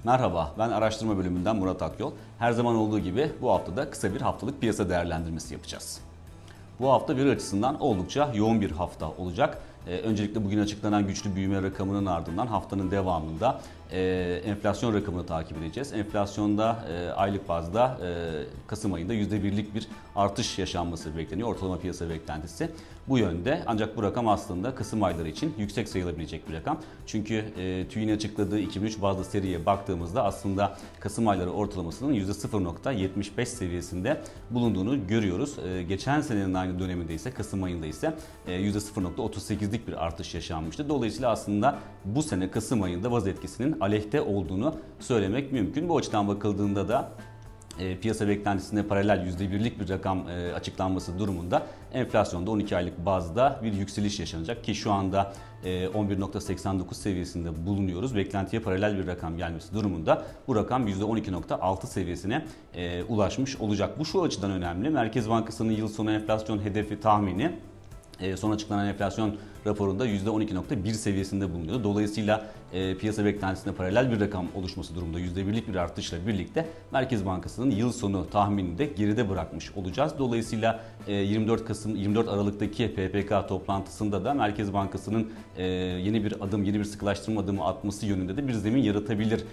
Merhaba, ben araştırma bölümünden Murat Akyol. Her zaman olduğu gibi bu hafta da kısa bir haftalık piyasa değerlendirmesi yapacağız. Bu hafta veri açısından oldukça yoğun bir hafta olacak. Öncelikle bugün açıklanan güçlü büyüme rakamının ardından haftanın devamında enflasyon rakamını takip edeceğiz. Enflasyonda aylık bazda Kasım ayında %1'lik bir artış yaşanması bekleniyor. Ortalama piyasa beklentisi bu yönde. Ancak bu rakam aslında Kasım ayları için yüksek sayılabilecek bir rakam. Çünkü TÜİ'nin açıkladığı 2003 bazlı seriye baktığımızda aslında Kasım ayları ortalamasının %0.75 seviyesinde bulunduğunu görüyoruz. Geçen senenin aynı döneminde ise Kasım ayında ise %0.38'lik bir artış yaşanmıştı. Dolayısıyla aslında bu sene Kasım ayında baz etkisinin aleyhte olduğunu söylemek mümkün. Bu açıdan bakıldığında da piyasa beklentisine paralel %1'lik bir rakam açıklanması durumunda enflasyonda 12 aylık bazda bir yükseliş yaşanacak ki şu anda 11.89 seviyesinde bulunuyoruz. Beklentiye paralel bir rakam gelmesi durumunda bu rakam %12.6 seviyesine ulaşmış olacak. Bu şu açıdan önemli. Merkez Bankası'nın yıl sonu enflasyon hedefi tahmini son açıklanan enflasyon raporunda %12.1 seviyesinde bulunuyordu. Dolayısıyla piyasa beklentisine paralel bir rakam oluşması durumunda %1'lik bir artışla birlikte Merkez Bankası'nın yıl sonu tahminini de geride bırakmış olacağız. Dolayısıyla 24 Aralık'taki PPK toplantısında da Merkez Bankası'nın yeni bir sıkılaştırma adımı atması yönünde de bir zemin yaratabilir.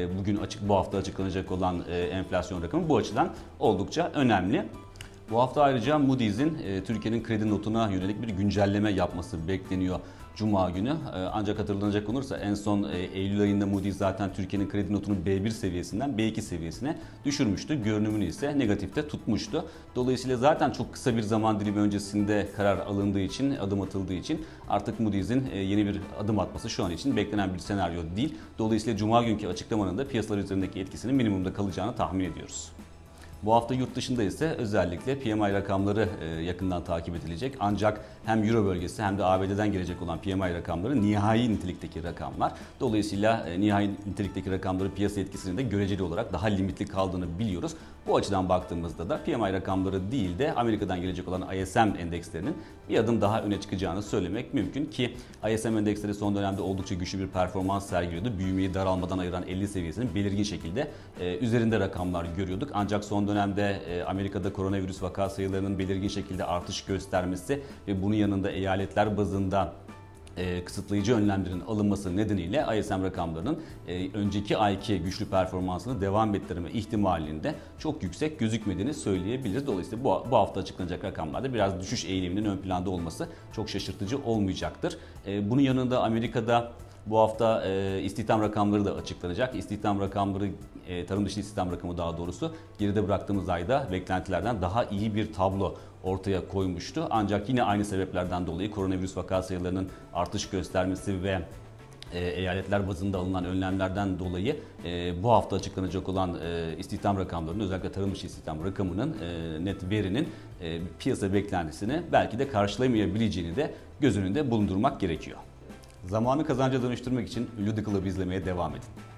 Bu hafta açıklanacak olan enflasyon rakamı bu açıdan oldukça önemli. Bu hafta ayrıca Moody's'in Türkiye'nin kredi notuna yönelik bir güncelleme yapması bekleniyor Cuma günü. Ancak hatırlanacak olursa en son Eylül ayında Moody's zaten Türkiye'nin kredi notunu B1 seviyesinden B2 seviyesine düşürmüştü. Görünümünü ise negatifte tutmuştu. Dolayısıyla zaten çok kısa bir zaman dilimi öncesinde karar alındığı için, adım atıldığı için artık Moody's'in yeni bir adım atması şu an için beklenen bir senaryo değil. Dolayısıyla Cuma günkü açıklamanın da piyasalar üzerindeki etkisinin minimumda kalacağını tahmin ediyoruz. Bu hafta yurt dışında ise özellikle PMI rakamları yakından takip edilecek. Ancak hem Euro bölgesi hem de ABD'den gelecek olan PMI rakamları nihai nitelikteki rakamlar. Dolayısıyla nihai nitelikteki rakamların piyasa etkisinin de göreceli olarak daha limitli kaldığını biliyoruz. Bu açıdan baktığımızda da PMI rakamları değil de Amerika'dan gelecek olan ISM endekslerinin bir adım daha öne çıkacağını söylemek mümkün ki ISM endeksleri son dönemde oldukça güçlü bir performans sergiliyordu. Büyümeyi daralmadan ayıran 50 seviyesinin belirgin şekilde üzerinde rakamlar görüyorduk. Ancak son dönemde Amerika'da koronavirüs vaka sayılarının belirgin şekilde artış göstermesi ve bunun yanında eyaletler bazında kısıtlayıcı önlemlerin alınması nedeniyle ISM rakamlarının önceki ayki güçlü performansını devam ettirme ihtimalinde çok yüksek gözükmediğini söyleyebiliriz. Dolayısıyla bu hafta açıklanacak rakamlarda biraz düşüş eğiliminin ön planda olması çok şaşırtıcı olmayacaktır. Bunun yanında Amerika'da bu hafta istihdam rakamları da açıklanacak. İstihdam rakamları, tarım dışı istihdam rakamı daha doğrusu geride bıraktığımız ayda beklentilerden daha iyi bir tablo ortaya koymuştu. Ancak yine aynı sebeplerden dolayı koronavirüs vaka sayılarının artış göstermesi ve eyaletler bazında alınan önlemlerden dolayı bu hafta açıklanacak olan istihdam rakamlarının, özellikle tarım dışı istihdam rakamının, net verinin piyasa beklentisini belki de karşılayamayabileceğini de göz önünde bulundurmak gerekiyor. Zamanı kazanca dönüştürmek için Ludy Club izlemeye devam edin.